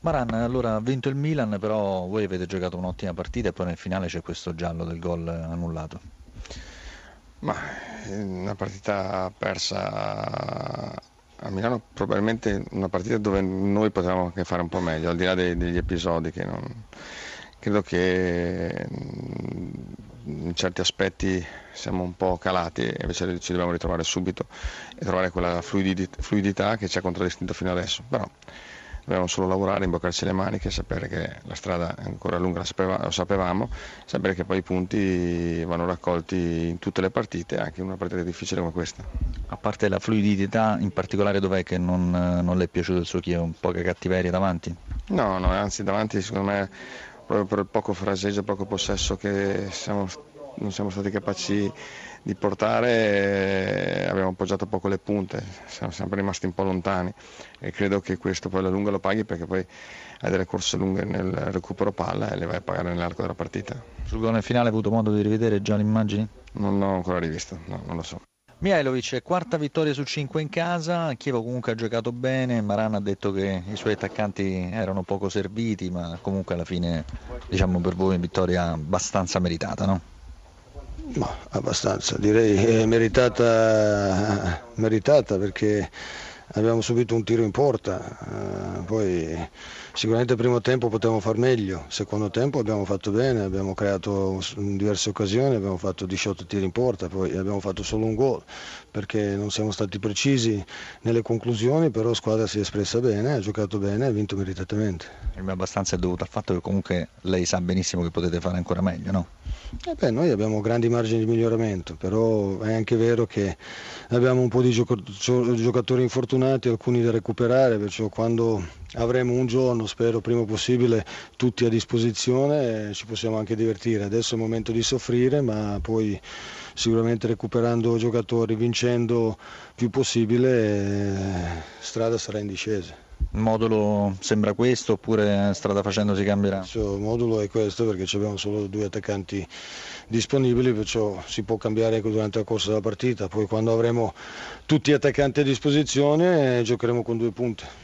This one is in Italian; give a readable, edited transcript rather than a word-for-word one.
Maran, allora ha vinto il Milan, però voi avete giocato un'ottima partita e poi nel finale c'è questo giallo del gol annullato. Ma una partita persa a Milano, probabilmente una partita dove noi potevamo anche fare un po' meglio, al di là degli episodi che non... Credo che in certi aspetti siamo un po' calati e invece ci dobbiamo ritrovare subito e trovare quella fluidità che ci ha contraddistinto fino adesso. Però dobbiamo solo lavorare, imboccarci le maniche, sapere che la strada è ancora lunga, lo sapevamo, sapere che poi i punti vanno raccolti in tutte le partite, anche in una partita difficile come questa. A parte la fluidità, in particolare dov'è che non le è piaciuto il suo Chievo? Un poca cattiveria davanti? No, no, anzi davanti secondo me proprio per il poco fraseggio, poco possesso che non siamo stati capaci di portare, abbiamo appoggiato poco le punte, siamo sempre rimasti un po' lontani e credo che questo poi alla lunga lo paghi perché poi hai delle corse lunghe nel recupero palla e le vai a pagare nell'arco della partita. Sul gol nel finale hai avuto modo di rivedere già le immagini? Non l'ho ancora rivisto, no, non lo so. Mihailovic, quarta vittoria su 5 in casa, Chievo comunque ha giocato bene, Maran ha detto che i suoi attaccanti erano poco serviti, ma comunque alla fine diciamo per voi vittoria abbastanza meritata, no? Ma abbastanza, direi meritata perché abbiamo subito un tiro in porta, poi sicuramente il primo tempo potevamo far meglio, il secondo tempo abbiamo fatto bene, abbiamo creato in diverse occasioni, abbiamo fatto 18 tiri in porta, poi abbiamo fatto solo un gol perché non siamo stati precisi nelle conclusioni, però la squadra si è espressa bene, ha giocato bene e ha vinto meritatamente. Abbastanza è dovuto al fatto che comunque lei sa benissimo che potete fare ancora meglio, no? Noi abbiamo grandi margini di miglioramento, però è anche vero che abbiamo un po' di giocatori infortunati, alcuni da recuperare, perciò quando avremo un giorno, spero prima possibile, tutti a disposizione, ci possiamo anche divertire. Adesso è il momento di soffrire, ma poi sicuramente recuperando giocatori, vincendo più possibile, strada sarà in discesa. Il modulo sembra questo oppure strada facendo si cambierà? Il modulo è questo perché abbiamo solo due attaccanti disponibili, perciò si può cambiare anche durante la corsa della partita. Poi quando avremo tutti gli attaccanti a disposizione giocheremo con due punte.